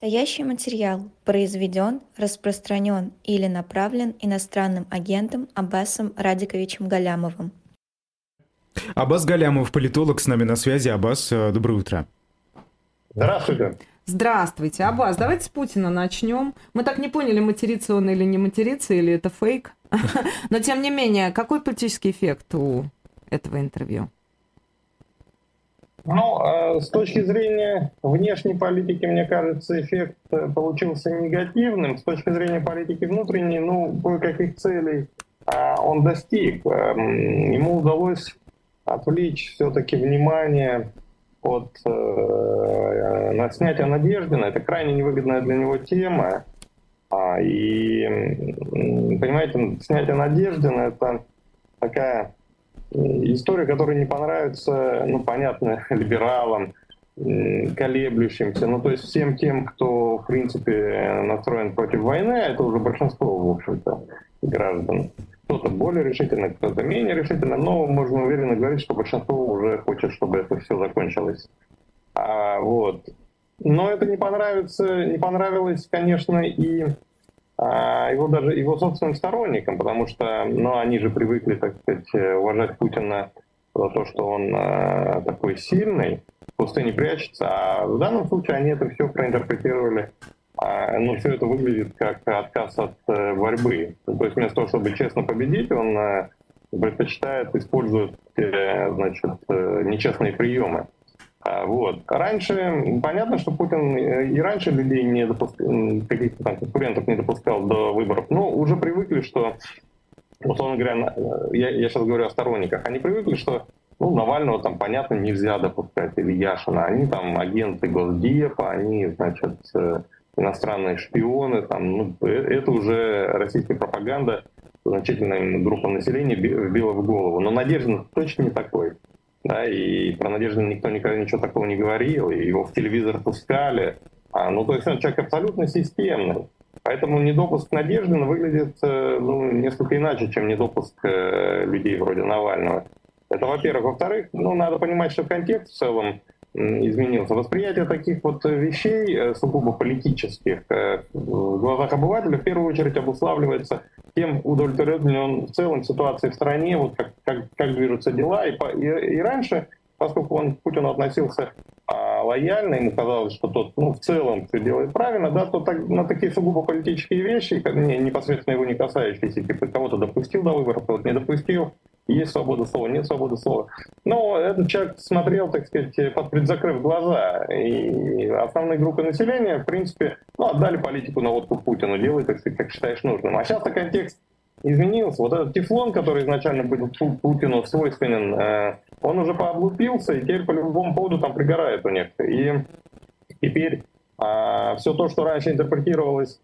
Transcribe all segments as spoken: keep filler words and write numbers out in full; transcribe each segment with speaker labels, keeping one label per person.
Speaker 1: Настоящий материал произведен, распространен или направлен иностранным агентом Аббасом Радиковичем Галямовым.
Speaker 2: Аббас Галямов, политолог, с нами на связи. Аббас, э, доброе утро.
Speaker 3: Здравствуйте.
Speaker 4: Здравствуйте. Аббас, давайте с Путина начнем. Мы так не поняли, матерится он или не матерится, или это фейк. Но тем не менее, какой политический эффект у этого интервью?
Speaker 3: Ну, с точки зрения внешней политики, мне кажется, эффект получился негативным. С точки зрения политики внутренней, ну, кое-каких целей он достиг. Ему удалось отвлечь все-таки внимание от э, снятия Надеждина. Это крайне невыгодная для него тема. И, понимаете, снятие Надеждина — это такая история, которая не понравится, ну, понятно, либералам, колеблющимся, ну, то есть всем тем, кто, в принципе, настроен против войны, а это уже большинство, в общем-то, граждан. Кто-то более решительно, кто-то менее решительно, но можно уверенно говорить, что большинство уже хочет, чтобы это все закончилось. А, вот. Но это не понравится, не понравилось, конечно, и его даже его собственным сторонникам, потому что, ну, они же привыкли, так сказать, уважать Путина за то, что он э, такой сильный, в пустыне прячется, а в данном случае они это все проинтерпретировали, э, ну, все это выглядит как отказ от э, борьбы. То есть вместо того, чтобы честно победить, он э, предпочитает использовать, э, значит, э, нечестные приемы. Вот. Раньше, понятно, что Путин и раньше людей не допускал, каких-то там конкурентов не допускал до выборов, но уже привыкли, что, условно говоря, я, я сейчас говорю о сторонниках, они привыкли, что, ну, Навального там, понятно, нельзя допускать, или Яшина, они там агенты Госдепа, они, значит, иностранные шпионы, там, ну, это уже российская пропаганда значительная группа населения вбила в голову, но Надеждин точно не такой. Да, и про Надеждина никто никогда ничего такого не говорил, и его в телевизор пускали. А, ну, то есть он человек абсолютно системный. Поэтому недопуск Надеждина выглядит, ну, несколько иначе, чем недопуск э, людей вроде Навального. Это, во-первых. Во-вторых, ну, надо понимать, что контекст в целом изменился. Восприятие таких вот вещей, сугубо политических, в глазах обывателя в первую очередь обуславливается тем, удовлетворен ли он в целом ситуацией в стране, вот как, как, как движутся дела. И, и, и раньше, поскольку он к Путину относился а, лояльно, ему казалось, что тот, ну, в целом все делает правильно, да, то так, на такие сугубо политические вещи, не, непосредственно его не касающиеся, типа кого-то допустил до выборов, кого-то не допустил, есть свобода слова, нет свободы слова. Но этот человек смотрел, так сказать, под предзакрыв глаза. И основные группы населения, в принципе, ну, отдали политику на водку Путину, делай, так сказать, как считаешь нужным. А сейчас-то контекст изменился. Вот этот тефлон, который изначально был Путину свойственен, он уже пооблупился, и теперь по любому поводу там пригорает у них. И теперь а, все то, что раньше интерпретировалось,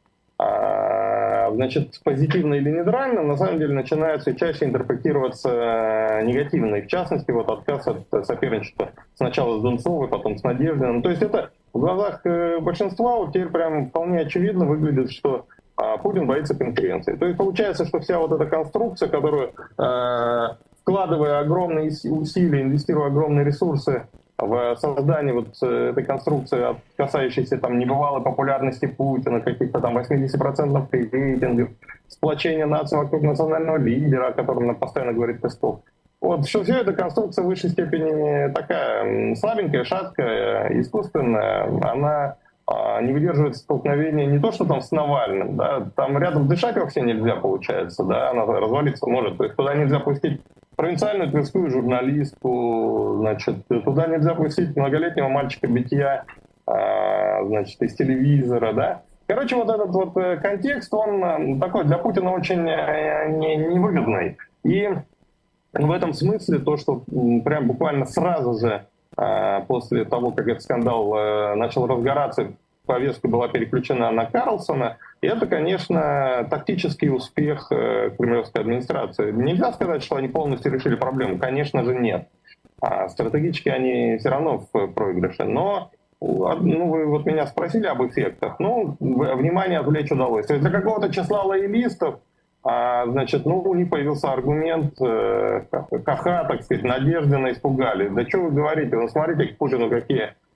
Speaker 3: а, значит, позитивно или нейтрально, на самом деле начинает все чаще интерпретироваться негативно. И в частности, вот отказ от соперничества сначала с Донцовой, потом с Надеждиным. То есть это в глазах большинства вот теперь прям вполне очевидно выглядит, что а, Путин боится конкуренции. То есть получается, что вся вот эта конструкция, которую, э, вкладывая огромные усилия, инвестируя огромные ресурсы в создание вот этой конструкции, касающейся там небывалой популярности Путина, каких-то там восемьдесят процентов рейтингов, сплочения нации вокруг национального лидера, о котором нам постоянно говорит Песков. Вот, что все эта конструкция в высшей степени такая слабенькая, шаткая, искусственная, она а, не выдерживает столкновения не то, что там с Навальным, да, там рядом дышать вообще нельзя, получается, да, она развалиться может, то есть туда нельзя пустить провинциальную тверскую журналистку, значит, туда нельзя пустить многолетнего мальчика-битья, а, значит, из телевизора, да. Короче, вот этот вот контекст, он такой для Путина очень невыгодный. И в этом смысле то, что прям буквально сразу же а, после того, как этот скандал а, начал разгораться, повестка была переключена на Карлсона, и это, конечно, тактический успех э, кремлевской администрации. Нельзя сказать, что они полностью решили проблему. Конечно же, нет. А стратегически они все равно в проигрыше. Но, ну, вы вот меня спросили об эффектах. Ну, внимание отвлечь удалось. То есть для какого-то числа лоялистов, а, значит, ну, у них появился аргумент, э, ха-ха, так сказать, Надеждина испугали. Да что вы говорите? Ну, смотрите, к Путину какие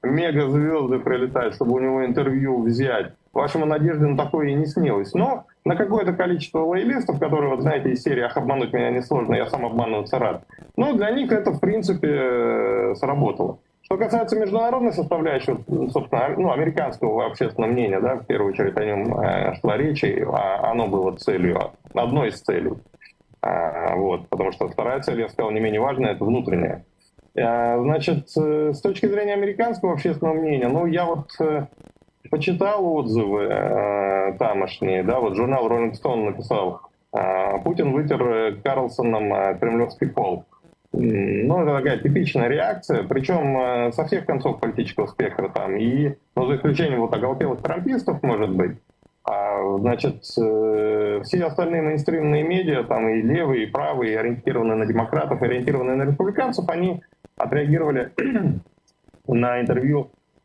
Speaker 3: мегазвезды прилетают, чтобы у него интервью взять. Вашему Надежде на такое и не снилось. Но на какое-то количество лоялистов, которые, вот знаете, из серии «Ах, обмануть меня несложно, я сам обманываться рад», ну, для них это, в принципе, сработало. Что касается международной составляющей, собственно, ну, американского общественного мнения, да, в первую очередь о нем э, шла речь, и оно было целью, одной из целей. А, вот, потому что вторая цель, я сказал, не менее важная, это внутренняя. А, значит, с точки зрения американского общественного мнения, ну, я вот э, почитал отзывы э, тамошние, да, вот журнал Rolling Stone написал, э, Путин вытер Карлсоном э, кремлевский пол. Ну, это такая типичная реакция, причем со всех концов политического спектра там, и, ну, за исключением вот оголтелых трампистов, может быть, а, значит, все остальные мейнстримные медиа, там и левые, и правые, и ориентированные на демократов, и ориентированные на республиканцев, они отреагировали на интервью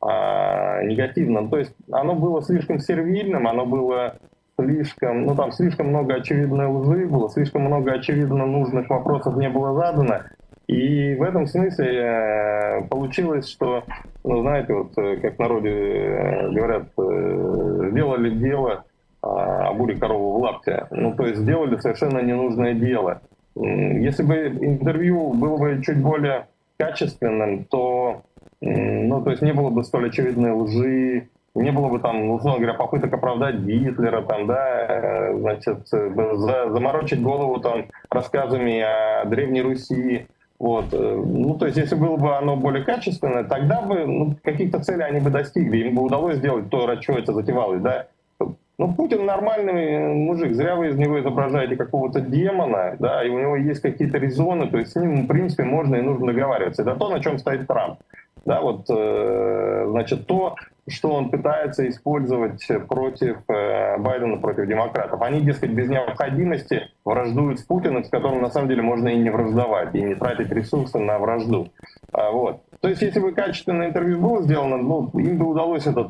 Speaker 3: а, негативно. То есть оно было слишком сервильным, оно было слишком, ну там слишком много очевидной лжи было, слишком много очевидно нужных вопросов не было задано. И в этом смысле э, получилось, что, ну знаете, вот как в народе э, говорят, э, сделали дело э, о буре корову в лапте. Ну то есть сделали совершенно ненужное дело. Если бы интервью было бы чуть более качественным, то, э, ну то есть не было бы столь очевидной лжи, не было бы там, условно говоря, попыток оправдать Гитлера, там, да, значит, за, заморочить голову там рассказами о Древней Руси. Вот. Ну, то есть, если было бы оно более качественное, тогда бы ну, каких-то целей они бы достигли, им бы удалось сделать то, ради чего это затевалось, да. Ну, Путин нормальный мужик, зря вы из него изображаете какого-то демона, да, и у него есть какие-то резоны, то есть с ним, в принципе, можно и нужно договариваться. Это то, на чем стоит Трамп. Да, вот, э, значит, то, что он пытается использовать против э, Байдена, против демократов. Они, дескать, без необходимости враждуют с Путиным, с которым, на самом деле, можно и не враждовать, и не тратить ресурсы на вражду. А, вот. То есть, если бы качественное интервью было сделано, ну, им бы удалось этот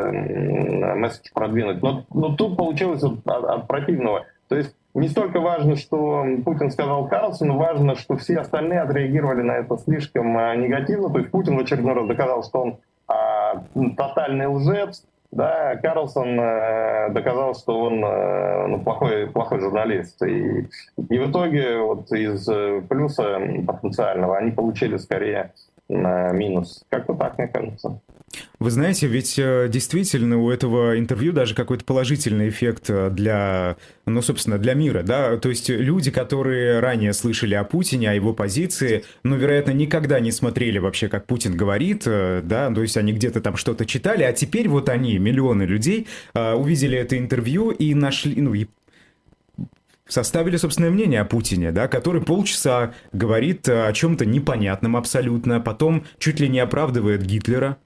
Speaker 3: э, месседж продвинуть. Но, но тут получилось от, от, от противного. То есть, не столько важно, что Путин сказал Карлсону, важно, что все остальные отреагировали на это слишком а, негативно. То есть Путин в очередной раз доказал, что он а, тотальный лжец, да, Карлсон а, доказал, что он а, ну, плохой, плохой журналист. И, и в итоге вот из плюса потенциального они получили скорее а, минус. Как-то так, мне кажется.
Speaker 2: Вы знаете, ведь действительно у этого интервью даже какой-то положительный эффект для, ну, собственно, для мира, да, то есть люди, которые ранее слышали о Путине, о его позиции, ну, вероятно, никогда не смотрели вообще, как Путин говорит, да, то есть они где-то там что-то читали, а теперь вот они, миллионы людей, увидели это интервью и нашли, ну, и составили собственное мнение о Путине, да, который полчаса говорит о чем-то непонятном абсолютно, потом чуть ли не оправдывает Гитлера.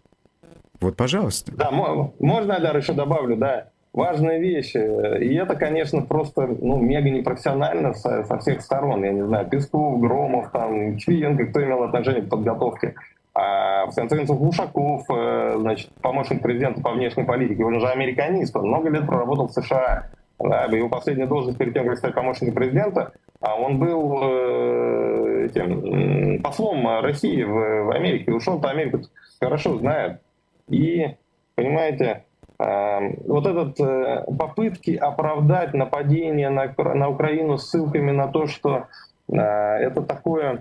Speaker 2: Вот, пожалуйста.
Speaker 3: Да, можно я, Дар, еще добавлю, да, важная вещь. И это, конечно, просто ну, мега непрофессионально со, со всех сторон. Я не знаю, Песков, Громов, там, Чвиенко, кто имел отношение к подготовке. А в конце концов, Ушаков, значит, помощник президента по внешней политике, он же американист, он много лет проработал в США. Да, его последняя должность перед тем, как стать помощником президента, он был э, этим, послом России в, в Америке. Уж он-то Америку хорошо знает. И, понимаете, э, вот этот э, попытки оправдать нападение на, на Украину ссылками на то, что э, это такое,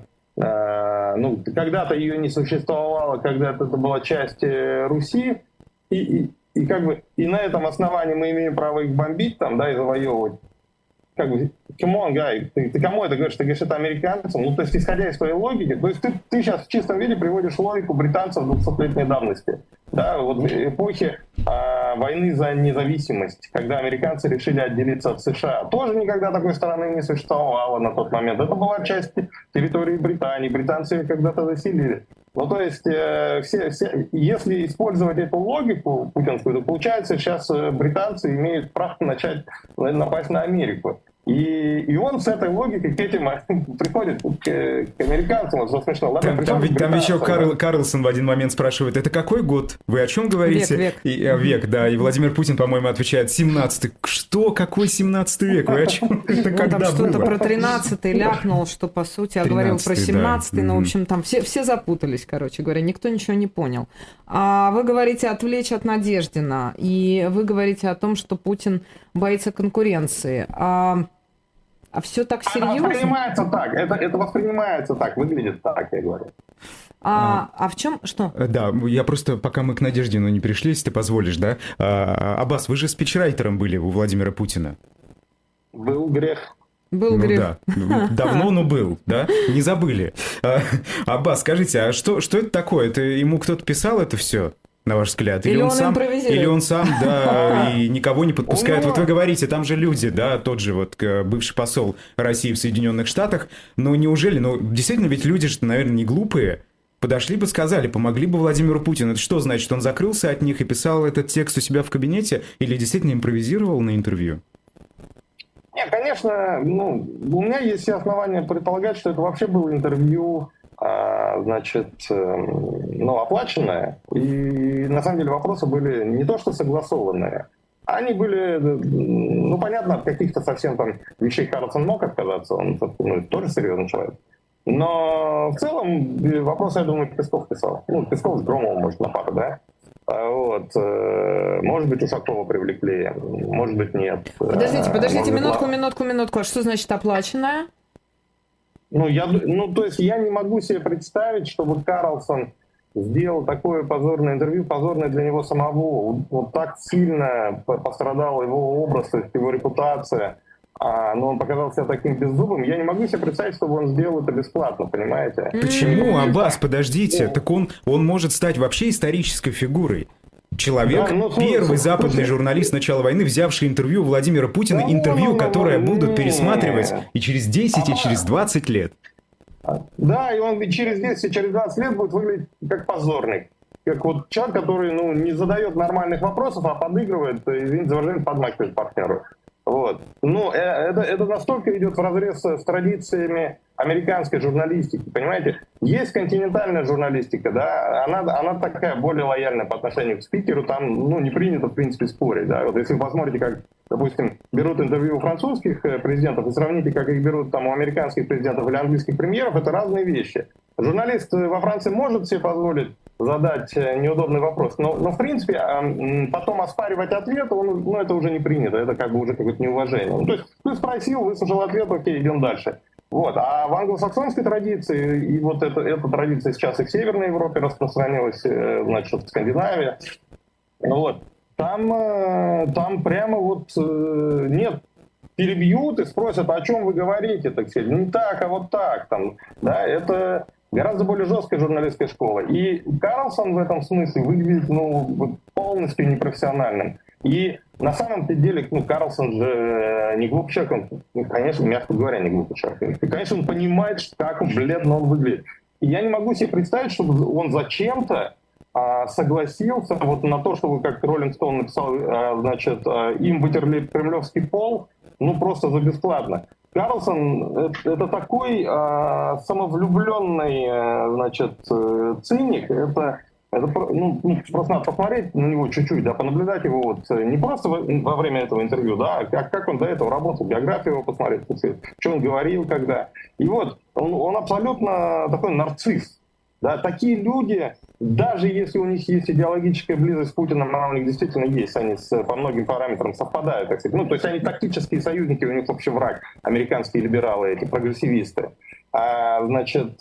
Speaker 3: э, ну, когда-то ее не существовало, когда-то это была часть э, Руси, и, и, и как бы и на этом основании мы имеем право их бомбить там, да, и завоевывать. Как бы, come on, guy, ты, ты кому это говоришь? Ты говоришь, это американцам? Ну, то есть, исходя из твоей логики, то есть ты, ты сейчас в чистом виде приводишь логику британцев двухсотлетней давности. Да, вот в эпохе а, войны за независимость, когда американцы решили отделиться от США, тоже никогда такой страны не существовало на тот момент. Это была часть территории Британии, британцы ее когда-то заселили. Ну, то есть, э, все, все, если использовать эту логику путинскую, то получается, сейчас британцы имеют право начать напасть на Америку. И, и он с этой логикой к этим приходит к, к американцам. Вот, смешно. Ладно,
Speaker 2: там, там, ведь, там еще Карл, Карлсон в один момент спрашивает, это какой год? Вы о чем говорите?
Speaker 4: Век, век.
Speaker 2: И, а, век, да. И Владимир Путин, по-моему, отвечает, семнадцатый. Что? Какой семнадцатый век? Вы о чем? Это
Speaker 4: он
Speaker 2: когда
Speaker 4: там что-то
Speaker 2: было?
Speaker 4: про тринадцатый ляпнул, что, по сути, я говорил про семнадцатый,
Speaker 2: да.
Speaker 4: но,
Speaker 2: mm-hmm.
Speaker 4: в общем, там все, все запутались, короче говоря, никто ничего не понял. А вы говорите отвлечь от Надеждина, и вы говорите о том, что Путин боится конкуренции. А... А все так серьезно?
Speaker 3: Это воспринимается так, это, это воспринимается так, выглядит так, я говорю.
Speaker 4: А, а в чем, что?
Speaker 2: Да, я просто, пока мы к Надеждину не пришли, если ты позволишь, да? А, Аббас, вы же спичрайтером были у Владимира Путина.
Speaker 3: Был грех.
Speaker 4: Был
Speaker 2: ну,
Speaker 4: грех.
Speaker 2: Да. Давно, но был, да? Не забыли. А, Аббас, скажите, а что, что это такое? Это ему кто-то писал это все? На ваш взгляд?
Speaker 4: Или, или он, он
Speaker 2: сам, или он сам, да, и никого не подпускает. Вот вы говорите, там же люди, да, тот же вот бывший посол России в Соединенных Штатах. Но неужели, ну, действительно, ведь люди же, наверное, не глупые. Подошли бы, сказали, помогли бы Владимиру Путину. Это что значит, он закрылся от них и писал этот текст у себя в кабинете? Или действительно импровизировал на интервью?
Speaker 3: Нет, конечно, ну, у меня есть все основания предполагать, что это вообще было интервью, значит, ну, оплаченное. И на самом деле вопросы были не то что согласованные, они были, ну, понятно, от каких-то совсем там вещей Карлсон мог отказаться, он, ну, тоже серьезный человек. Но в целом вопросы, я думаю, Песков писал. Ну, Песков с Громовым, может, на пару, да? Вот. Может быть, Ушакова привлекли, может быть, нет.
Speaker 4: Подождите, подождите,
Speaker 3: может,
Speaker 4: минутку,
Speaker 3: быть,
Speaker 4: минутку, минутку. А что значит оплаченное?
Speaker 3: Ну, я, ну, то есть я не могу себе представить, чтобы Карлсон сделал такое позорное интервью, позорное для него самого. Вот так сильно пострадал его образ, то есть его репутация, а, но он показал себя таким беззубым. Я не могу себе представить, чтобы он сделал это бесплатно, понимаете?
Speaker 2: Почему, Аббас, подождите, так он, он может стать вообще исторической фигурой. Человек, да, ну, первый слушай, западный слушай, журналист с начала войны, взявший интервью Владимира Путина, да, интервью, ну, которое ну, будут пересматривать и через десять, и через двадцать лет.
Speaker 3: Да, и он через десять, и через двадцать лет будет выглядеть как позорный. Как вот человек, который, ну, не задает нормальных вопросов, а подыгрывает, извините за выражение, подмахивает партнеру. Вот. Ну, это, это настолько идет вразрез с традициями американской журналистики, понимаете? Есть континентальная журналистика, да, она, она такая более лояльная по отношению к спикеру, там, ну, не принято, в принципе, спорить, да. Вот если вы посмотрите, как, допустим, берут интервью у французских президентов и сравните, как их берут там у американских президентов или английских премьеров, это разные вещи. Журналист во Франции может себе позволить задать неудобный вопрос, но, но в принципе, потом оспаривать ответ, он, ну, это уже не принято, это как бы уже какое-то неуважение. Ну, то есть ты спросил, выслушал ответ, окей, идем дальше. Вот. А в англосаксонской традиции, и вот это, эта традиция сейчас и в Северной Европе распространилась, значит, в Скандинавии, вот, там, там прямо вот нет, перебьют и спросят, о чем вы говорите, так сказать, не так, а вот так, там, да, это гораздо более жесткая журналистская школа. И Карлсон в этом смысле выглядит, ну, полностью непрофессиональным. И на самом деле, ну, Карлсон же не глупый человек, он, ну, конечно, мягко говоря, не глупый человек. И, конечно, он понимает, как бледно он выглядит. И я не могу себе представить, чтобы он зачем-то а, согласился вот на то, чтобы, как Роллинг Стоун написал, а, значит, а, им вытерли кремлевский пол, ну, просто за бесплатно. Карлсон это, это такой а, самовлюбленный, а, значит, циник, это... Это, ну, просто надо посмотреть на него чуть-чуть, да, понаблюдать его вот не просто во, во время этого интервью, да, а как, как он до этого работал, биографию его посмотреть, что он говорил, когда. И вот он, он абсолютно такой нарцисс. Да, такие люди, даже если у них есть идеологическая близость с Путиным, она у них действительно есть, они с, по многим параметрам совпадают, так сказать. Ну, то есть они тактические союзники, у них общий враг, американские либералы, эти прогрессивисты. А, значит,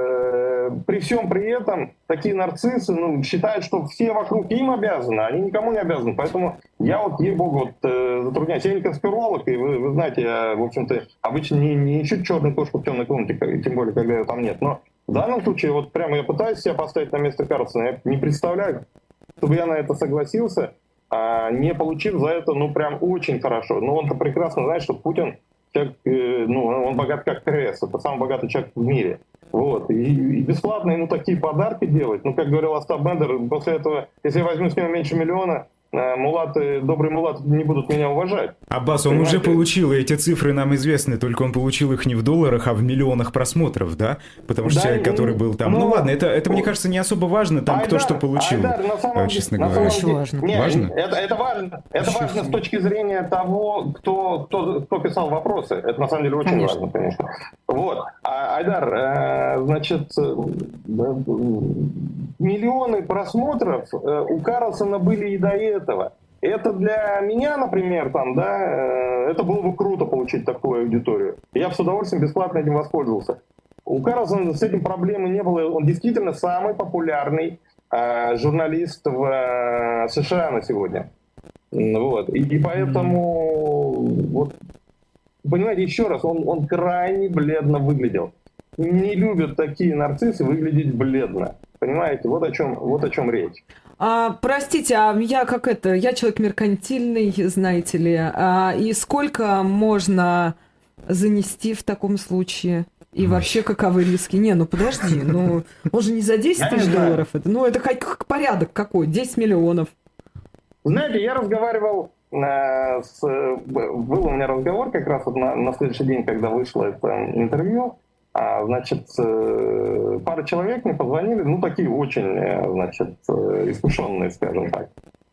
Speaker 3: э, при всем при этом такие нарциссы, ну, считают, что все вокруг им обязаны, они никому не обязаны. Поэтому я вот, ей-богу, вот, э, затрудняюсь. Я не конспиролог, и вы, вы знаете, я, в общем-то, обычно не, не ищу черную кошку в темной комнате, тем более, когда ее там нет. Но в данном случае, вот прямо я пытаюсь себя поставить на место Карлсона, я не представляю, чтобы я на это согласился, а не получив за это, ну, прям очень хорошо. Но он-то прекрасно знает, что Путин, человек, ну, он богат как КС, это самый богатый человек в мире. Вот. И, и бесплатно ему такие подарки делать, ну, как говорил Остап Бендер, после этого, если я возьму с него меньше миллиона, мулаты, добрые мулаты не будут меня уважать.
Speaker 2: Аббас, он
Speaker 3: Понимаете?
Speaker 2: уже получил, и эти цифры нам известны, только он получил их не в долларах, а в миллионах просмотров, да? Потому что
Speaker 3: Да,
Speaker 2: человек, который был там... Ну,
Speaker 3: ну,
Speaker 2: ладно, это, это, мне кажется, не особо важно, там кто
Speaker 3: Айдар,
Speaker 2: что получил,
Speaker 3: Айдар, на самом,
Speaker 2: честно
Speaker 3: на
Speaker 2: говоря.
Speaker 3: самом деле,
Speaker 4: важно.
Speaker 3: Нет,
Speaker 2: Важно?
Speaker 3: Это, это важно, это
Speaker 4: Очень
Speaker 3: важно с
Speaker 4: сильно.
Speaker 3: точки зрения того, кто, кто, кто писал вопросы. Это на самом деле очень
Speaker 4: Конечно.
Speaker 3: важно, конечно. Вот. А, Айдар, э, значит, э, миллионы просмотров э, у Карлсона были и до этого. Это для меня, например, там, да, э, это было бы круто получить такую аудиторию. Я бы с удовольствием бесплатно этим воспользовался. У Карлсона с этим проблемы не было. Он действительно самый популярный э, журналист в э, США на сегодня. Вот. И, и поэтому, вот, понимаете, еще раз, он, он крайне бледно выглядел. Не любят такие нарциссы выглядеть бледно. Понимаете, вот о чем, вот о чем речь.
Speaker 4: А, простите, а я как это, я человек меркантильный, знаете ли, а, и сколько можно занести в таком случае? И вообще, каковы риски? Не, ну подожди, ну он же не за десять тысяч долларов, это, ну это как порядок какой, десять миллионов.
Speaker 3: Знаете, я разговаривал э, с... Был у меня разговор как раз вот на, на следующий день, когда вышло это интервью. А, значит, э, пара человек мне позвонили, ну, такие очень, э, значит, э, искушенные, скажем так.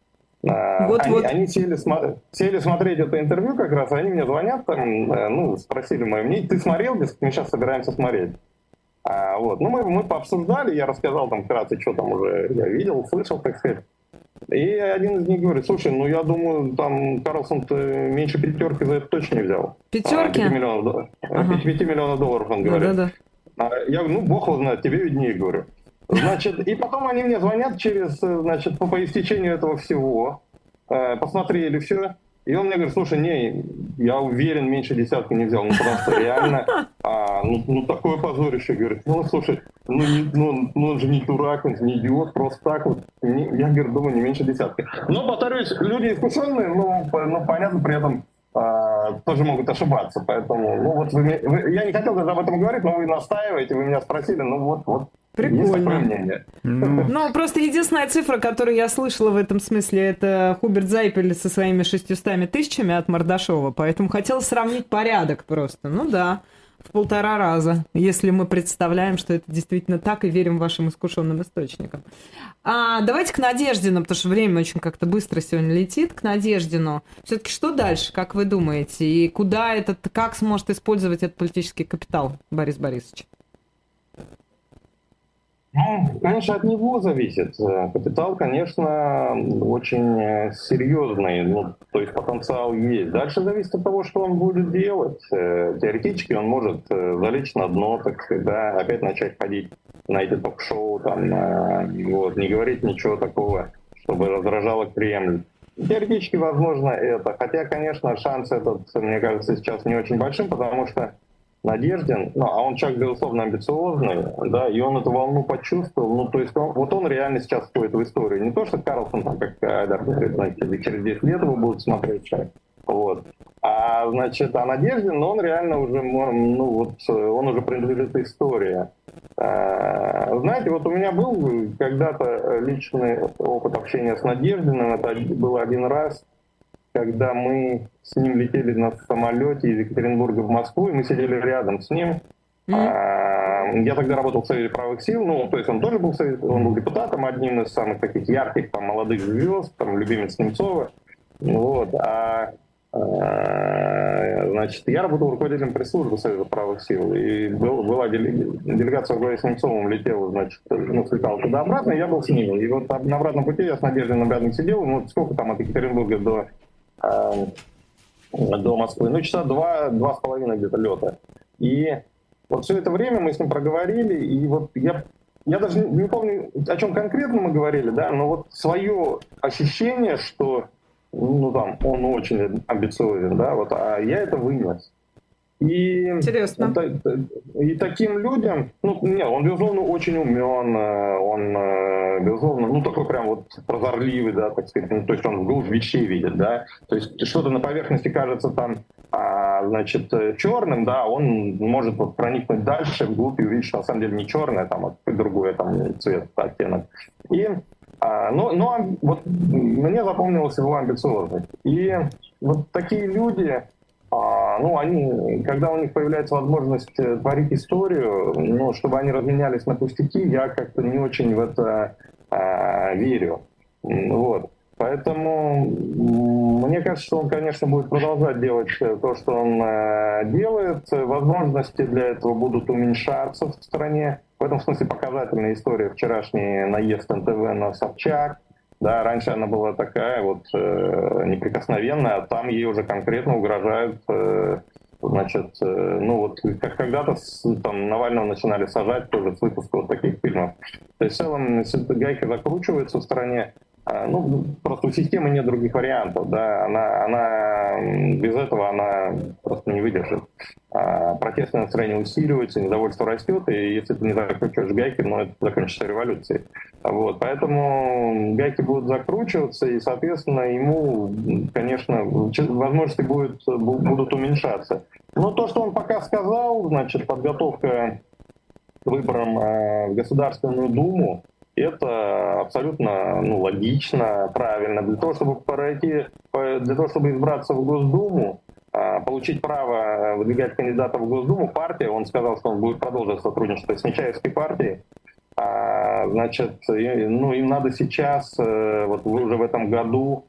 Speaker 3: А,
Speaker 4: Вот,
Speaker 3: они,
Speaker 4: вот.
Speaker 3: они сели, смо- сели смотреть это интервью как раз, они мне звонят, там, э, ну, спросили мое мнение. Ты смотрел, мы сейчас собираемся смотреть. А, вот. Ну, мы, мы пообсуждали, я рассказал там вкратце, что там уже я видел, слышал, так сказать. И один из них говорит: слушай, ну я думаю, там Карлсон-то меньше пятерки за это точно не взял.
Speaker 4: Пятерки?
Speaker 3: пяти миллионов, долларов.
Speaker 4: Ага.
Speaker 3: пяти миллионов долларов, он
Speaker 4: Да,
Speaker 3: говорит.
Speaker 4: да, да.
Speaker 3: А я говорю, ну бог его знает, тебе виднее, говорю. Значит, и потом они мне звонят через, значит, по, по истечению этого всего, э, посмотрели все. И он мне говорит: слушай, не, я уверен, меньше десятки не взял, ну потому что реально, а, ну, ну такое позорище, говорит. Ну слушай, ну, не, ну, ну он же не дурак, он же не идиот, просто так вот. Не, я, говорю, думаю, не меньше десятки. Но, повторюсь, люди искушенные, но, ну, понятно, при этом а, тоже могут ошибаться. Поэтому, ну вот вы, вы, я не хотел даже об этом говорить, но вы настаиваете, вы меня спросили, ну вот, вот. Есть такое
Speaker 4: Прикольно.
Speaker 3: мнение.
Speaker 2: Ну,
Speaker 4: Ну, просто единственная цифра, которую я слышала в этом смысле, это Хуберт Зайпель со своими шестьюстами тысячами от Мордашова, поэтому хотела сравнить порядок просто. Ну да, в полтора раза, если мы представляем, что это действительно так, и верим вашим искушенным источникам. А давайте к Надеждину, потому что время очень как-то быстро сегодня летит, к Надеждину. Все-таки что дальше, как вы думаете, и куда этот, как сможет использовать этот политический капитал Борис Борисович?
Speaker 3: Ну, конечно, от него зависит. Капитал, конечно, очень серьезный, ну, то есть потенциал есть. Дальше зависит от того, что он будет делать. Теоретически он может залечь на дно, так сказать, да, опять начать ходить на эти ток-шоу, там, вот, не говорить ничего такого, чтобы раздражало Кремль. Теоретически возможно это. Хотя, конечно, шанс этот, мне кажется, сейчас не очень большим, потому что Надеждин, ну, а он человек, безусловно, амбициозный, да, и он эту волну почувствовал, ну, то есть он, вот он реально сейчас входит в историю. Не то, что Карлсон, там, как Айдар говорит, знаете, через десять лет его будут смотреть человек, вот. А, значит, а Надеждин, ну, он реально уже, ну, вот, он уже принадлежит истории. А, знаете, вот у меня был когда-то личный опыт общения с Надеждиным, это было один раз, когда мы с ним летели на самолете из Екатеринбурга в Москву, и мы сидели рядом с ним. Mm-hmm. Я тогда работал в Совете правых сил, ну, то есть он тоже был, он был депутатом, одним из самых таких ярких, там, молодых звезд, там, любимец Немцова. Вот. А, а, значит, я работал руководителем пресс-службы Совета правых сил, и был, была делегация во главе с Немцовым, летела, значит, ну, слетала туда-обратно, и я был с ним. И вот на обратном пути я с Надеждой рядом сидел, ну, сколько там от Екатеринбурга до до Москвы, ну, часа два, два с половиной где-то лета. И вот все это время мы с ним проговорили, и вот я, я даже не, не помню, о чем конкретно мы говорили, да, но вот свое ощущение, что, ну, там, он очень амбициозен, да, вот, а я это вынес. И,
Speaker 4: Интересно.
Speaker 3: И таким людям, ну, нет, он, безусловно, очень умен, он, безусловно, ну, такой прям вот прозорливый, да, так сказать, ну, то есть он вглубь вещей видит, да, то есть что-то на поверхности кажется там, а, значит, черным, да, он может вот проникнуть дальше вглубь и увидеть, что на самом деле не черное, там, а другой там цвет, оттенок. И А, но, но вот мне запомнилась его амбициозность. И вот такие люди, а, ну, они, когда у них появляется возможность творить историю, ну, чтобы они разменялись на пустяки, я как-то не очень в это а, верю. Вот. Поэтому мне кажется, что он, конечно, будет продолжать делать то, что он э, делает. Возможности для этого будут уменьшаться в стране. В этом смысле показательная история вчерашний наезд эн тэ вэ на Собчак. Да, раньше она была такая вот э, неприкосновенная, а там ей уже конкретно угрожают, э, значит, э, ну вот как когда-то с, там Навального начинали сажать тоже с выпуска вот таких фильмов. То есть в целом гайка закручивается в стране. Ну, просто у системы нет других вариантов, да, она, она без этого она просто не выдержит. А протестное настроение усиливается, недовольство растет, и если ты не закручиваешь гайки, ну, это закончится революцией. Вот, поэтому гайки будут закручиваться, и, соответственно, ему, конечно, возможности будут, будут уменьшаться. Но то, что он пока сказал, значит, подготовка к выборам в Государственную Думу, это абсолютно, ну, логично, правильно. Для того, чтобы пройти, для того, чтобы избраться в Госдуму, получить право выдвигать кандидата в Госдуму, партия, он сказал, что он будет продолжить сотрудничество с Нечаевской партией, значит, ну, им надо сейчас, вот уже в этом году,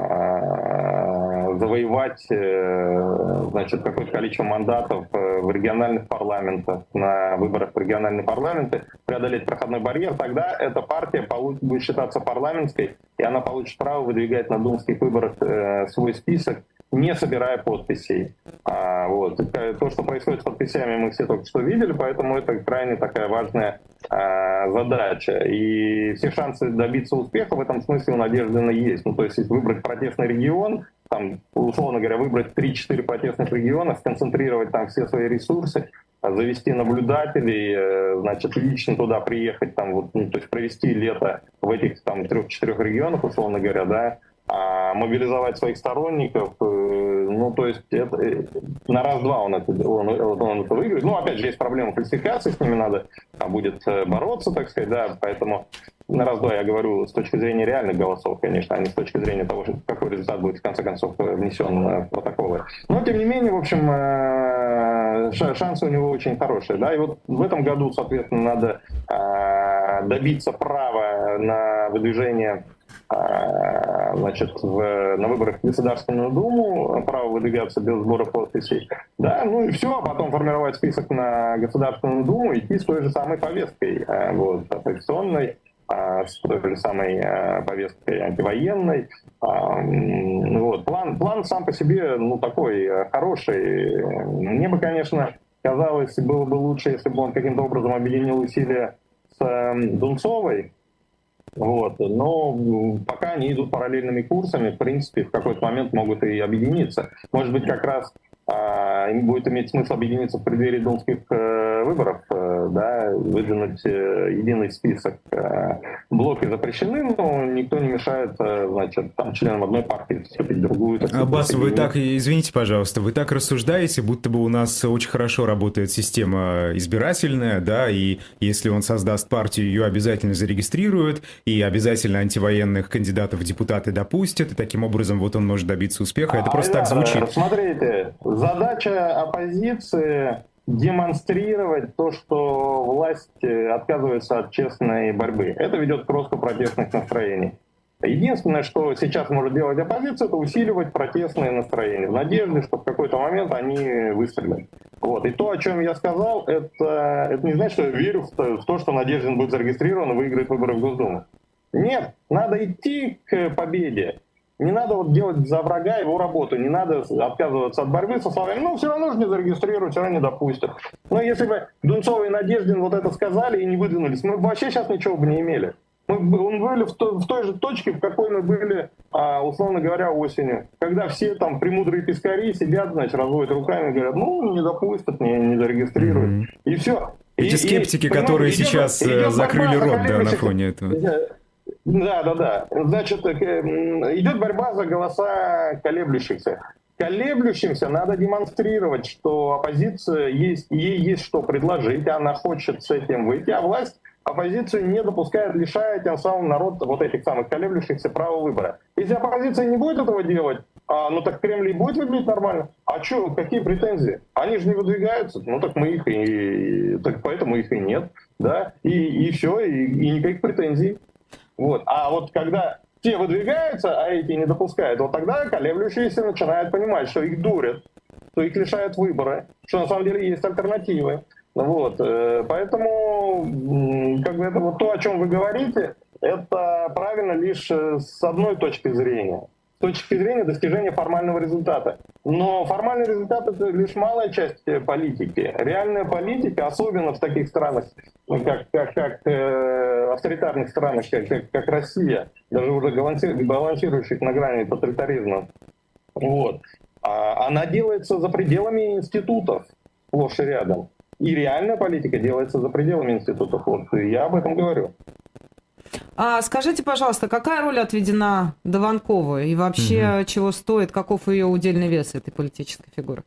Speaker 3: завоевать, значит, какое-то количество мандатов в региональных парламентах, на выборах в региональные парламенты, преодолеть проходной барьер, тогда эта партия будет считаться парламентской, и она получит право выдвигать на думских выборах свой список, не собирая подписей. А, вот. То, что происходит с подписями, мы все только что видели, поэтому это крайне такая важная а, задача. И все шансы добиться успеха в этом смысле у Надеждина есть. Ну, то есть, если выбрать протестный регион, там, условно говоря, выбрать три-четыре протестных региона, сконцентрировать там все свои ресурсы, завести наблюдателей, значит, лично туда приехать, там, вот, ну, то есть провести лето в этих там трех-четырех регионах, условно говоря, да, а мобилизовать своих сторонников, ну, то есть это, на раз-два он это, он, он это выиграет. Ну, опять же, есть проблема фальсификации, с ними надо а, будет бороться, так сказать, да, поэтому на раз-два я говорю с точки зрения реальных голосов, конечно, а не с точки зрения того, какой результат будет в конце концов внесен в протоколы. Но, тем не менее, в общем, шансы у него очень хорошие, да, и вот в этом году, соответственно, надо добиться права на выдвижение, значит, в, на выборах в Государственную Думу, право выдвигаться без сбора подписей, да, ну и все, а потом формировать список на Государственную Думу, идти с той же самой повесткой, вот, оппозиционной, с той же самой повесткой антивоенной. Вот. План, план сам по себе, ну, такой хороший. Мне бы, конечно, казалось, было бы лучше, если бы он каким-то образом объединил усилия с Дунцовой. Вот. Но пока они идут параллельными курсами, в принципе, в какой-то момент могут и объединиться. Может быть, как раз а, им будет иметь смысл объединиться в преддверии думских э, выборов, э, да, выдвинуть э, единый список. Э, блоки запрещены, но никто не мешает, э, значит, там, членам одной партии вступить в другую. Так сказать,
Speaker 2: Аббас, вы так, извините, пожалуйста, вы так рассуждаете, будто бы у нас очень хорошо работает система избирательная, да, и если он создаст партию, ее обязательно зарегистрируют, и обязательно антивоенных кандидатов в депутаты допустят, и таким образом вот он может добиться успеха. Это а, просто так звучит.
Speaker 3: Смотрите, задача оппозиции демонстрировать то, что власть отказывается от честной борьбы. Это ведет к росту протестных настроений. Единственное, что сейчас может делать оппозиция, это усиливать протестные настроения в надежде, что в какой-то момент они выстрелят. Вот. И то, о чем я сказал, это, это не значит, что я верю в то, в то, что Надеждин будет зарегистрирован и выиграет выборы в Госдуму. Нет, надо идти к победе. Не надо вот делать за врага его работу, не надо отказываться от борьбы со словами, ну, все равно же не зарегистрируют, все равно не допустят. Но если бы Дунцова и Надеждин вот это сказали и не выдвинулись, мы бы вообще сейчас ничего бы не имели. Мы были в той, в той же точке, в какой мы были, условно говоря, осенью. Когда все там премудрые пескари сидят, значит, разводят руками и говорят, ну, не допустят, не, не зарегистрируют. Mm-hmm. И все.
Speaker 2: Эти
Speaker 3: и,
Speaker 2: скептики,
Speaker 3: и,
Speaker 2: которые
Speaker 3: идет,
Speaker 2: сейчас идет закрыли рот, да, на фоне этого.
Speaker 3: Да, да, да. Значит, идет борьба за голоса колеблющихся. Колеблющимся надо демонстрировать, что оппозиция есть, ей есть что предложить, она хочет с этим выйти, а власть оппозицию не допускает, лишая тем самым народ вот этих самых колеблющихся права выбора. Если оппозиция не будет этого делать, а, ну так Кремль и будет выглядеть нормально. А что, какие претензии? Они же не выдвигаются, ну так мы их и, так поэтому их и нет, да, и, и все, и, и никаких претензий. Вот. А вот когда те выдвигаются, а эти не допускают, вот тогда колеблющиеся начинают понимать, что их дурят, что их лишают выбора, что на самом деле есть альтернативы. Вот. Поэтому как бы это вот то, о чем вы говорите, это правильно лишь с одной точки зрения. С точки зрения достижения формального результата. Но формальный результат — это лишь малая часть политики. Реальная политика, особенно в таких странах, как, как, как э, авторитарных странах, как, как, как Россия, даже уже балансирующих на грани тоталитаризма, вот, а, она делается за пределами институтов, сплошь и рядом. И реальная политика делается за пределами институтов. Вот я об этом говорю.
Speaker 4: А скажите, пожалуйста, какая роль отведена Дованкову и вообще угу. чего стоит, каков ее удельный вес этой политической фигуры?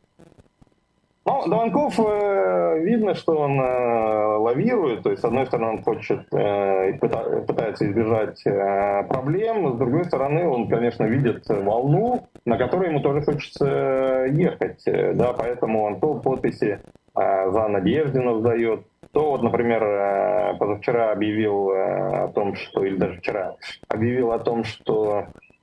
Speaker 3: Ну, Дованков, э, видно, что он э, лавирует, то есть, с одной стороны, он хочет, э, пытается избежать э, проблем, но с другой стороны, он, конечно, видит волну, на которой ему тоже хочется ехать, да, поэтому он то подписи э, за Надеждина сдает, то вот, например, э, позавчера объявил э, о том, что, или даже вчера, объявил о том, что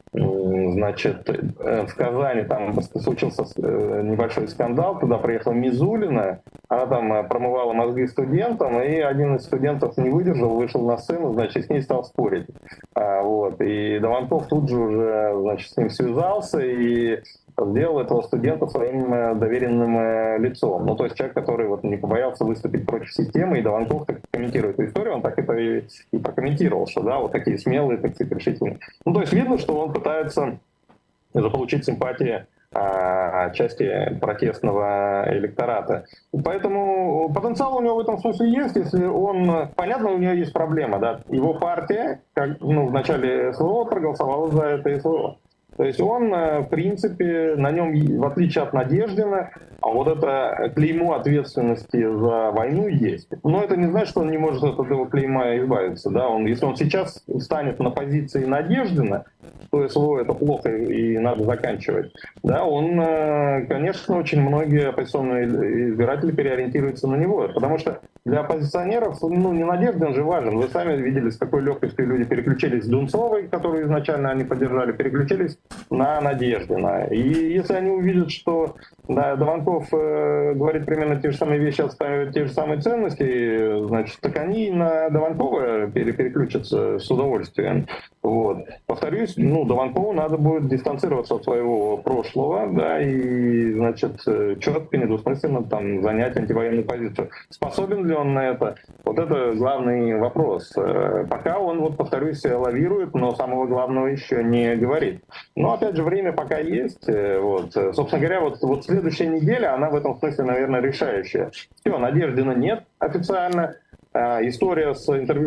Speaker 3: значит, в Казани там случился небольшой скандал, туда приехала Мизулина, она там промывала мозги студентам, и один из студентов не выдержал, вышел на сцену, значит, с ней стал спорить. Вот. И Дованков тут же уже, значит, с ним связался и сделал этого студента своим доверенным лицом. Ну, то есть человек, который вот не побоялся выступить против системы, и Дованков, так комментирует эту историю, он так это и, и прокомментировал, что да, вот такие смелые, такие решительные. Ну, то есть видно, что он пытается заполучить симпатии а, части протестного электората. Поэтому потенциал у него в этом смысле есть, если он... Понятно, у него есть проблема, да, его партия, как, ну, в начале СВО проголосовала за это СВО. То есть он, в принципе, на нем, в отличие от Надеждина, вот это клеймо ответственности за войну есть. Но это не значит, что он не может от этого клейма избавиться. Да? Он, если он сейчас станет на позиции Надеждина, то СВО это плохо и надо заканчивать, да, он, конечно, очень многие оппозиционные избиратели переориентируются на него. Потому что для оппозиционеров, ну, не Надеждин же важен. Вы сами видели, с какой легкостью люди переключились с Дунцовой, которую изначально они поддержали, переключились на Надеждина. И если они увидят, что да, Дованков э, говорит примерно те же самые вещи, отстаивает те же самые ценности, значит, так они на Дованкова переключатся с удовольствием. Вот. Повторюсь, ну, Дованкову надо будет дистанцироваться от своего прошлого, да, и, значит, четко, недвусмысленно там занять антивоенную позицию. Способен ли он на это? Вот это главный вопрос. Пока он, вот, повторюсь, лавирует, но самого главного еще не говорит. Но, опять же, время пока есть. Вот. Собственно говоря, вот, вот следующая неделя, она в этом смысле, наверное, решающая. Все, Надеждина нет официально. История с интервью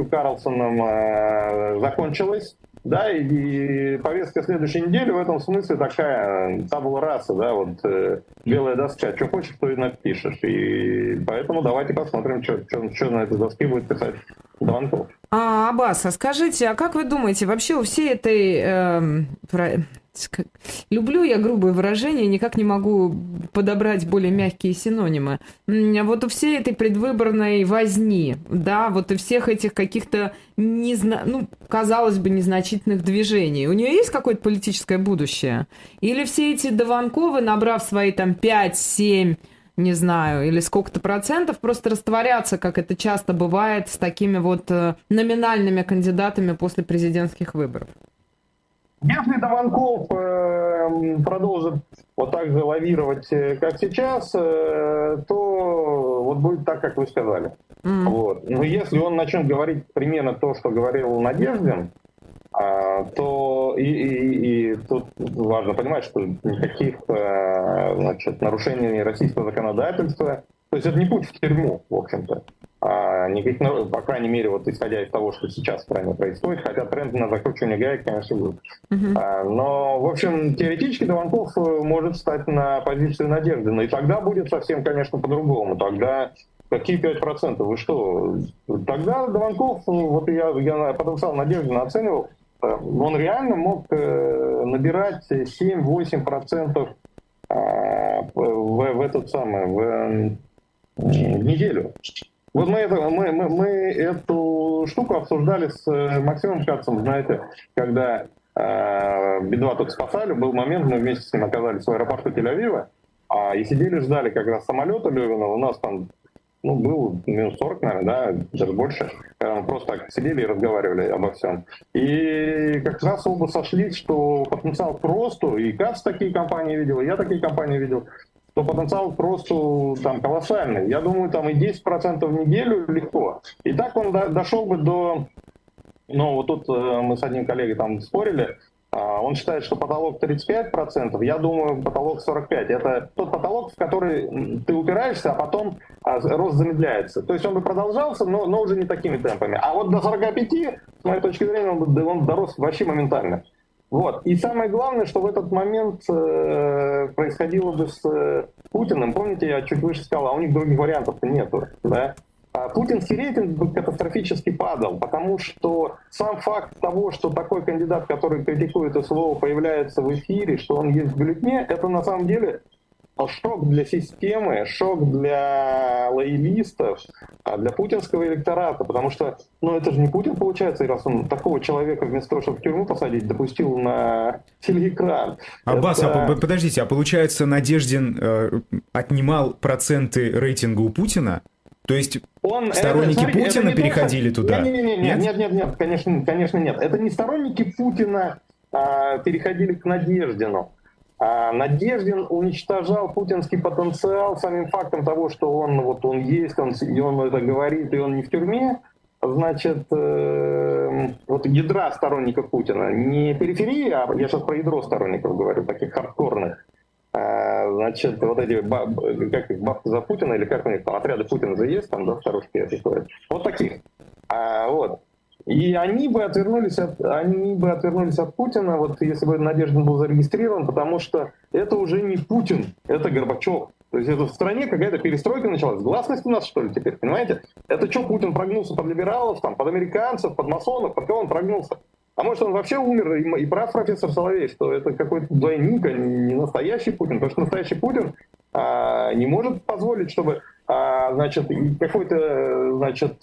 Speaker 3: Карлсоном закончилась. Да, и, и повестка следующей недели в этом смысле такая табула раса, да, вот э, белая доска, что хочешь, то и напишешь. И поэтому давайте посмотрим, что, что, что на этой доске будет писать Дованков.
Speaker 4: А, Аббас, а скажите, а как вы думаете, вообще у всей этой... Э, про... Люблю я грубые выражения, никак не могу подобрать более мягкие синонимы. Вот у всей этой предвыборной возни, да, вот и всех этих каких-то, незна... ну, казалось бы, незначительных движений, у нее есть какое-то политическое будущее? Или все эти Дованковы, набрав свои там пять-семь, не знаю, или сколько-то процентов, просто растворятся, как это часто бывает, с такими вот номинальными кандидатами после президентских выборов?
Speaker 3: Если Дованков э, продолжит вот так же лавировать, как сейчас, э, то вот будет так, как вы сказали. Mm. Вот. Но если он начнет говорить примерно то, что говорил Надеждин, э, то и, и, и тут важно понимать, что никаких э, значит, нарушений российского законодательства, то есть это не путь в тюрьму, в общем-то. А, никаких, по крайней мере, вот исходя из того, что сейчас в стране происходит, хотя тренд на закручивание гаек, конечно, будет. Uh-huh. А, но, в общем, теоретически Дованков может встать на позицию Надеждина, и тогда будет совсем, конечно, по-другому. Тогда Какие пять процентов? Вы что? Тогда Дованков, вот я, я потенциал Надеждина оценивал, он реально мог набирать семь-восемь процентов в, в этот самый, в, в неделю. Вот мы, это, мы, мы, мы эту штуку обсуждали с Максимом Кацем, знаете, когда э, Би два тут спасали, был момент, мы вместе с ним оказались в аэропорту Тель-Авива, а, и сидели, ждали как раз самолета Левина, у нас там, ну, был минус сорок, наверное, да, даже больше, мы просто так сидели и разговаривали обо всем. И как раз оба сошлись, что потенциал к росту, и Кац такие компании видел, и я такие компании видел, то потенциал просто там колоссальный. Я думаю, там и десять процентов в неделю легко. И так он до, дошел бы до... Ну, вот тут э, мы с одним коллегой там спорили. Э, он считает, что потолок тридцать пять процентов. Я думаю, потолок сорок пять процентов. Это тот потолок, в который ты упираешься, а потом э, рост замедляется. То есть он бы продолжался, но, но уже не такими темпами. А вот до сорока пяти, с моей точки зрения, он, бы, он дорос вообще моментально. Вот. И самое главное, что в этот момент э, происходило бы с э, Путиным. Помните, я чуть выше сказал, а у них других вариантов-то нету. Да? А путинский рейтинг бы катастрофически падал, потому что сам факт того, что такой кандидат, который критикует СВО, появляется в эфире, что он есть в бюллетене, это на самом деле шок для системы, шок для лоялистов, для путинского электората, потому что, ну, это же не Путин, получается, и раз он такого человека вместо того, чтобы в тюрьму посадить, допустил на телеэкран.
Speaker 2: Аббас,
Speaker 3: это...
Speaker 2: а подождите, а получается, Надеждин э, отнимал проценты рейтинга у Путина? То есть он, сторонники это, смотрите, Путина переходили то, туда?
Speaker 3: Нет, нет, нет, нет, нет, нет, нет, конечно, конечно нет. Это не сторонники Путина а, переходили к Надеждину. А Надеждин уничтожал путинский потенциал самим фактом того, что он вот он есть, он, и он это говорит, и он не в тюрьме. Значит, э, вот ядра сторонников Путина, не периферия, а я сейчас про ядро сторонников говорю, таких хардкорных. А, значит, вот эти баб, как их, бабки за Путина, или как у них там, отряды Путина же есть, там, да, старушки приходят. Вот таких. А, вот. И они бы отвернулись от, они бы отвернулись от Путина, вот если бы Надеждин был зарегистрирован, потому что это уже не Путин, это Горбачев. То есть это в стране какая-то перестройка началась. Гласность у нас, что ли, теперь, понимаете? Это что, Путин прогнулся под либералов, там, под американцев, под масонов, под кого он прогнулся? А может, он вообще умер, и, и прав профессор Соловей, что это какой-то двойник, а не настоящий Путин. Потому что настоящий Путин а, не может позволить, чтобы а, значит, какой-то, значит,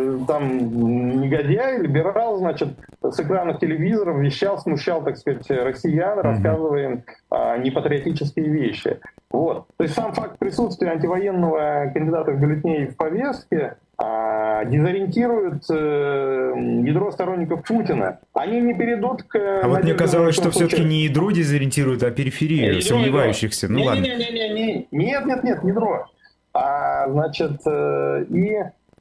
Speaker 3: там негодяй, либерал, значит, с экранов телевизоров вещал, смущал, так сказать, россиян, рассказывая им а, непатриотические вещи. Вот. То есть сам факт присутствия антивоенного кандидата в бюллетене в повестке а, дезориентирует э, ядро сторонников Путина. Они не перейдут к...
Speaker 2: А вот мне казалось, что все-таки не ядро дезориентирует, а периферию, ядро, сомневающихся. Ядро. Ну, не, ладно.
Speaker 3: Не, не, не, не, нет, нет, нет, ядро. А, значит, э, и,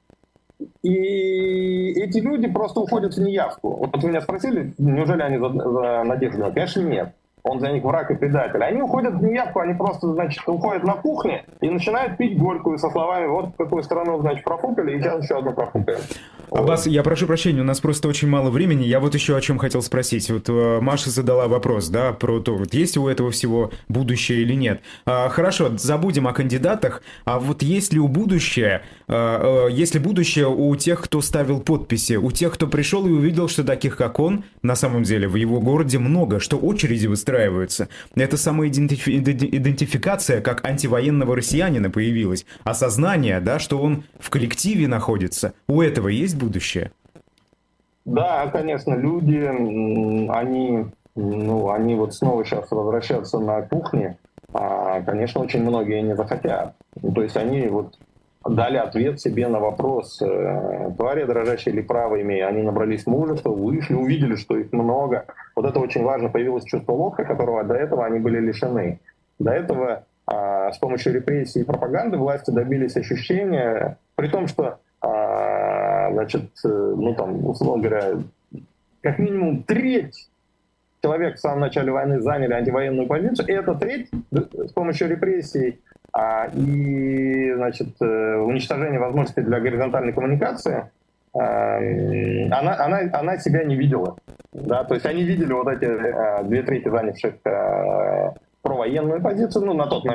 Speaker 3: и эти люди просто уходят в неявку. Вот вы меня спросили, неужели они за, за Надежду? Конечно, нет. Он для них враг и предатель. Они уходят в неявку, они просто, значит, уходят на кухню и начинают пить горькую со словами, вот какую страну, значит, профукали, и сейчас еще одну профукаем.
Speaker 2: Аббас, я прошу прощения, у нас просто очень мало времени. Я вот еще о чем хотел спросить. Вот э, Маша задала вопрос, да, про то, вот есть у этого всего будущее или нет. А, хорошо, забудем о кандидатах. А вот есть ли у будущее, э, э, есть ли будущее у тех, кто ставил подписи, у тех, кто пришел и увидел, что таких, как он, на самом деле в его городе много, что очереди выстраиваются. Это самоидентификация как антивоенного россиянина появилась. Осознание, да, что он в коллективе находится. У этого есть будущее?
Speaker 3: Да, конечно, люди, они, ну, они вот снова сейчас возвращаться на кухни, а, конечно, очень многие не захотят. То есть они вот дали ответ себе на вопрос, твари дрожащие или право имея, они набрались мужества, вышли, увидели, что их много. Вот это очень важно, появилось чувство лоха, которого до этого они были лишены. До этого а, с помощью репрессий и пропаганды власти добились ощущения, при том, что а, значит, ну там, условно говоря, как минимум треть человек в самом начале войны заняли антивоенную позицию, и эта треть с помощью репрессий а, и, значит, уничтожения возможностей для горизонтальной коммуникации, а, она, она, она себя не видела. Да? То есть они видели вот эти а, две трети занявших а, провоенную позицию, ну, на тот момент,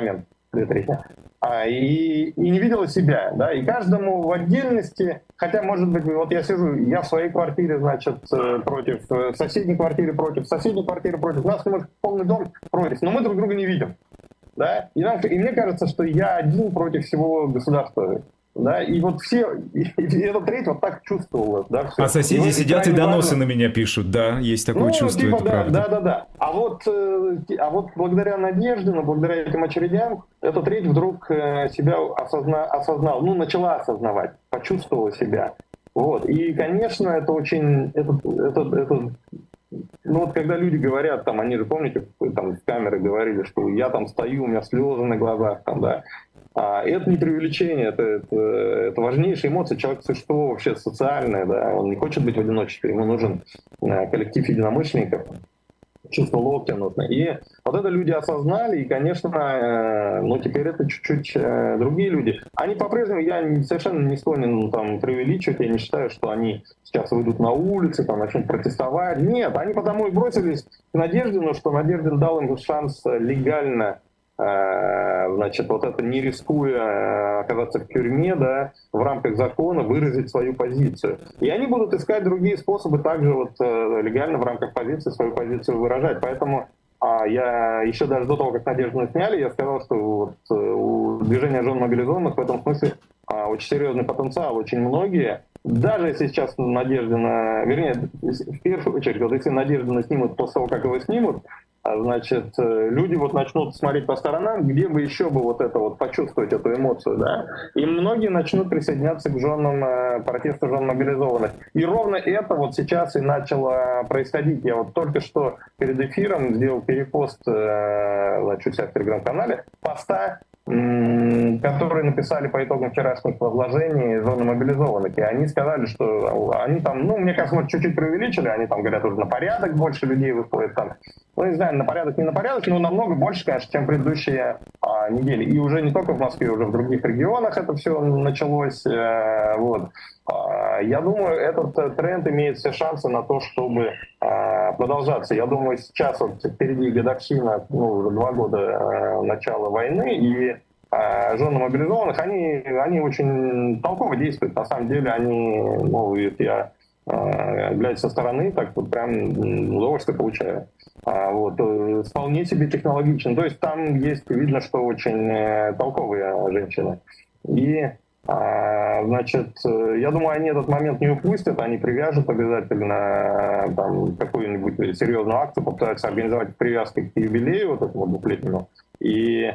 Speaker 3: две трети, а, и, и не видела себя, да, и каждому в отдельности, хотя, может быть, вот я сижу, я в своей квартире, значит, против, в соседней квартире против, в соседней квартире против, у нас может полный дом против, но мы друг друга не видим, да, и, нам, и мне кажется, что я один против всего государства. Да, и вот все, и, и этот треть вот так чувствовал. Да, все.
Speaker 2: А соседи
Speaker 3: и
Speaker 2: сидят и доносы
Speaker 3: важно.
Speaker 2: на меня пишут, да, есть такое
Speaker 3: ну,
Speaker 2: чувство,
Speaker 3: типа,
Speaker 2: это
Speaker 3: да,
Speaker 2: правда.
Speaker 3: да, да, да. А вот, а вот благодаря Надежде, но благодаря этим очередям, эта треть вдруг себя осозна, осознал, ну, начала осознавать, почувствовала себя. Вот. И, конечно, это очень, это, это, это, ну, вот когда люди говорят, там, они же, помните, там, с камеры говорили, что я там стою, у меня слезы на глазах, там, да. А это не преувеличение, это, это, это важнейшая эмоция. Человек существо вообще социальное, да, он не хочет быть в одиночестве, ему нужен коллектив единомышленников, чувство локтя нужно. И вот это люди осознали, и, конечно, ну, теперь это чуть-чуть другие люди. Они по-прежнему, я совершенно не склонен там преувеличивать, я не считаю, что они сейчас выйдут на улицы, там, начнут протестовать. Нет, они потому и бросились к Надеждину, что Надеждин дал им шанс легально, значит, вот это не рискуя оказаться в тюрьме, да, в рамках закона выразить свою позицию. И они будут искать другие способы также вот легально в рамках позиции свою позицию выражать. Поэтому а, я еще даже до того, как Надежду сняли, я сказал, что вот, у движения жен мобилизованных в этом смысле а, очень серьезный потенциал. Очень многие, даже если сейчас Надеждина, вернее, в первую очередь, вот если Надеждина снимут после того, как его снимут, значит, люди вот начнут смотреть по сторонам, где бы еще бы вот это вот почувствовать эту эмоцию, да, и многие начнут присоединяться к женам, протесту жен мобилизованных. И ровно это вот сейчас и начало происходить. Я вот только что перед эфиром сделал перепост, значит, у себя в телеграм-канале, поста, которые написали по итогам вчерашних вложений жены мобилизованных. И они сказали, что они там, ну, мне кажется, может, чуть-чуть преувеличили, они там говорят, уже на порядок больше людей выходит там. Ну, не знаю, на порядок, не на порядок, но намного больше, конечно, чем предыдущие а, недели. И уже не только в Москве, уже в других регионах это все началось. Э, вот. А, я думаю, этот тренд имеет все шансы на то, чтобы а, продолжаться. Я думаю, сейчас вот впереди годовщина, ну, уже два года а, начала войны, и а, жены мобилизованных, они, они очень толково действуют. На самом деле, они, ну, я... глядя со стороны, так вот прям удовольствие получаю. А, вот, вполне себе технологично. То есть там есть, видно, что очень толковые женщины. И, а, значит, я думаю, они этот момент не упустят, они привяжут обязательно там какую-нибудь серьезную акцию, попытаются организовать привязки к юбилею вот этому двухлетнему. И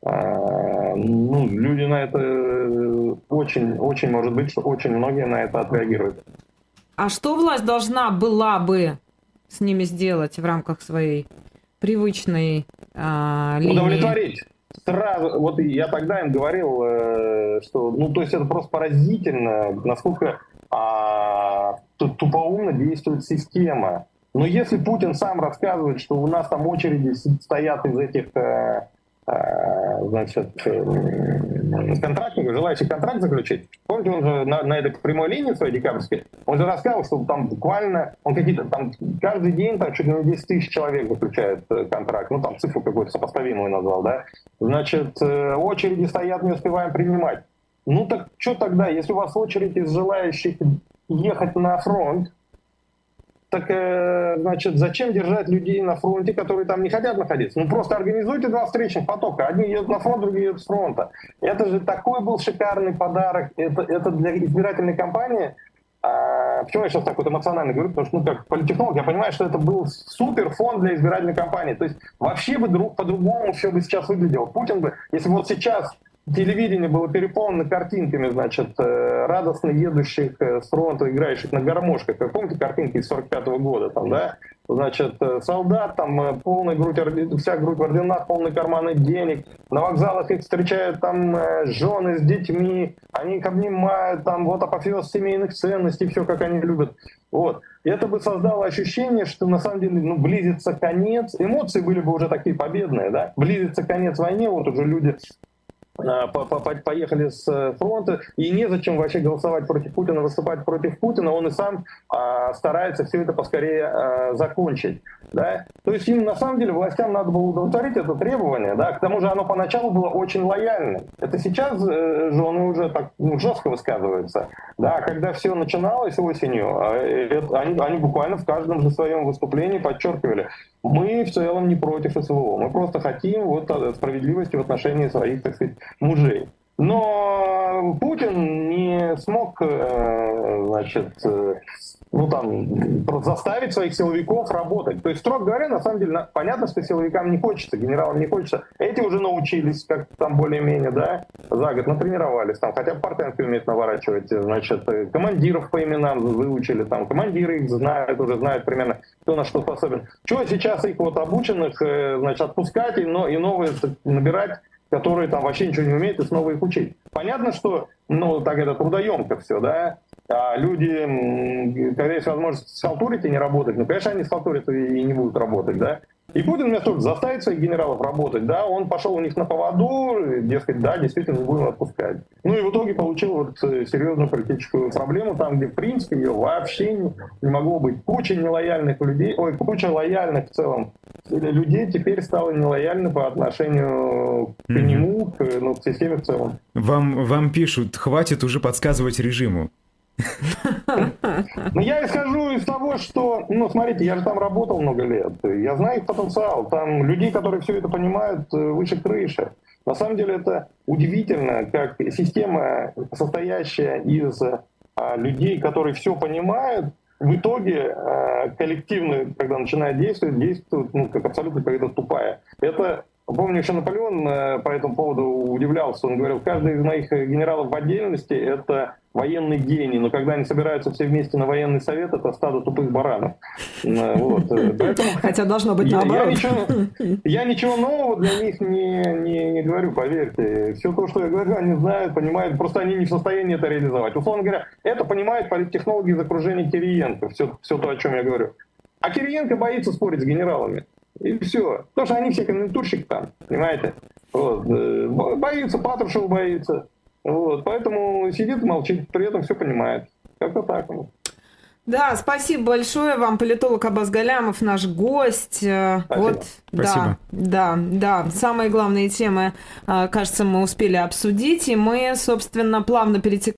Speaker 3: а, ну, люди на это очень, очень, может быть, что очень многие на это отреагируют.
Speaker 4: А что власть должна была бы с ними сделать в рамках своей привычной а, линии?
Speaker 3: Удовлетворить. Сразу, вот я тогда им говорил, э, что, ну, то есть это просто поразительно, насколько а, тупоумно действует система. Но если Путин сам рассказывает, что у нас там очереди стоят из этих... Э, значит, контрактников, желающих контракт заключить. Помните, он же на, на этой прямой линии своей декабрьской, он же рассказывал, что там буквально, он какие-то там каждый день там чуть ли не десять тысяч человек заключает контракт, ну там цифру какую-то сопоставимую назвал, да. Значит, очереди стоят, не успеваем принимать. Ну так что тогда, если у вас очередь из желающих ехать на фронт, так, значит, зачем держать людей на фронте, которые там не хотят находиться? Ну, просто организуйте два встречных потока. Одни едут на фронт, другие едут с фронта. Это же такой был шикарный подарок. Это, это для избирательной кампании. А, почему я сейчас так вот эмоционально говорю? Потому что, ну, как политтехнолог, я понимаю, что это был супер фон для избирательной кампании. То есть вообще бы друг, по-другому все бы сейчас выглядело. Путин бы, если бы вот сейчас... Телевидение было переполнено картинками, значит, радостно едущих с фронта, играющих на гармошках. Вы помните картинки из сорок пятого года, там, да? Значит, солдат, там, полная грудь, вся грудь в орденах, полные карманы денег. На вокзалах их встречают там жены с детьми, они их обнимают, там, вот апофеоз семейных ценностей, все, как они любят. Вот. И это бы создало ощущение, что на самом деле, ну, близится конец. Эмоции были бы уже такие победные, да? Близится конец войне, вот уже люди... поехали с фронта, и незачем вообще голосовать против Путина, выступать против Путина, он и сам а, старается все это поскорее а, закончить. Да? То есть им на самом деле властям надо было удовлетворить это требование, да? К тому же оно поначалу было очень лояльным. Это сейчас э, же он уже так ну, жестко высказывается. Да? Когда все начиналось осенью, это, они, они буквально в каждом же своем выступлении подчеркивали, мы в целом не против СВО, мы просто хотим вот справедливости в отношении своих, так сказать, мужей. Но Путин не смог, значит, ну там, заставить своих силовиков работать. То есть, строго говоря, на самом деле, понятно, что силовикам не хочется, генералам не хочется. Эти уже научились, как там более-менее, да, за год натренировались, там, хотя бы портенки умеют наворачивать, значит, командиров по именам выучили, там, командиры их знают, уже знают примерно, кто на что способен. Чего сейчас их вот обученных, значит, отпускать и, но, и новые набирать, которые там вообще ничего не умеют, и снова их учить. Понятно, что, ну, так это трудоемко все, да, а люди, когда есть возможность схалтурить и не работать, ну, конечно, они схалтурят и не будут работать, да. И Путин вместо того, чтобы заставить своих генералов работать, да, он пошел у них на поводу, дескать, да, действительно, не будем отпускать. Ну и в итоге получил вот серьезную политическую проблему, там, где, в принципе, ее вообще не, не могло быть. Куча нелояльных людей, ой, куча лояльных в целом людей теперь стало нелояльны по отношению к нему, к, ну, к системе в целом.
Speaker 2: Вам, вам пишут, хватит уже подсказывать режиму.
Speaker 3: Ну, я исхожу из того, что, ну, смотрите, я же там работал много лет, я знаю их потенциал, там людей, которые все это понимают, выше крыши. На самом деле это удивительно, как система, состоящая из а, людей, которые все понимают, в итоге а, коллективно, когда начинает действовать, действует, ну, как абсолютно какая-то тупая. Это, помню, еще Наполеон а, по этому поводу удивлялся, он говорил, каждый из моих генералов в отдельности это военный гений, но когда они собираются все вместе на военный совет, это стадо тупых баранов. Вот. Поэтому
Speaker 4: хотя должно быть наоборот.
Speaker 3: Я, я, ничего, я ничего нового для них не, не, не говорю, поверьте. Все то, что я говорю, они знают, понимают, просто они не в состоянии это реализовать. Условно говоря, это понимают политтехнологи из окружения Кириенко, все, все то, о чем я говорю. А Кириенко боится спорить с генералами. И все. Потому что они все конъюнктурщики там, понимаете? Вот. Боится, Патрушев боится. Вот, поэтому сидит и молчит, при этом все понимает. Как-то так.
Speaker 4: Да, спасибо большое вам, политолог Аббас Галямов, наш гость. Спасибо. Вот,
Speaker 2: спасибо.
Speaker 4: Да, да, да. Самые главные темы, кажется, мы успели обсудить, и мы, собственно, плавно перетекаем